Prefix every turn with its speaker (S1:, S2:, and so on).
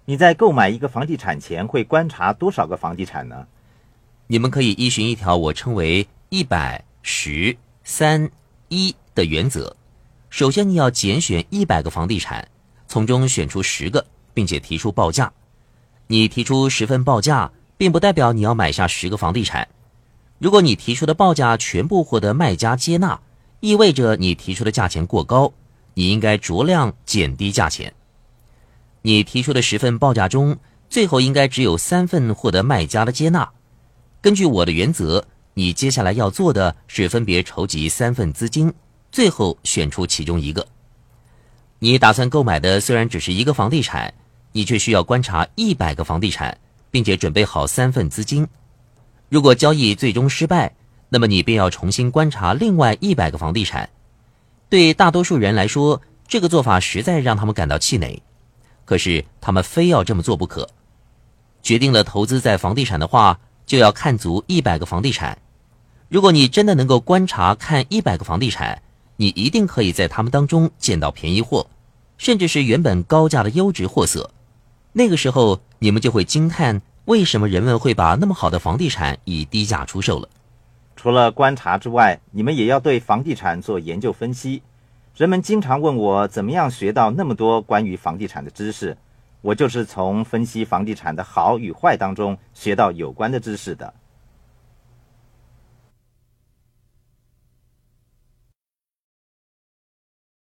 S1: 你在购买一个房地产前会观察多少个房地产呢？
S2: 你们可以依循一条我称为100、10、3、1的原则。首先你要拣选100个房地产，从中选出10个，并且提出报价。你提出10份报价，并不代表你要买下10个房地产。如果你提出的报价全部获得卖家接纳，意味着你提出的价钱过高，你应该酌量减低价钱。你提出的10份报价中，最后应该只有3份获得卖家的接纳。根据我的原则，你接下来要做的是分别筹集3份资金，最后选出其中一个。你打算购买的虽然只是一个房地产，你却需要观察100个房地产，并且准备好3份资金。如果交易最终失败，那么你便要重新观察另外100个房地产。对大多数人来说，这个做法实在让他们感到气馁，可是他们非要这么做不可。决定了投资在房地产的话，就要看足100个房地产。如果你真的能够观察看100个房地产，你一定可以在他们当中捡到便宜货，甚至是原本高价的优质货色。那个时候你们就会惊叹为什么人们会把那么好的房地产以低价出售了。
S1: 除了观察之外，你们也要对房地产做研究分析。人们经常问我怎么样学到那么多关于房地产的知识，我就是从分析房地产的好与坏当中学到有关的知识的。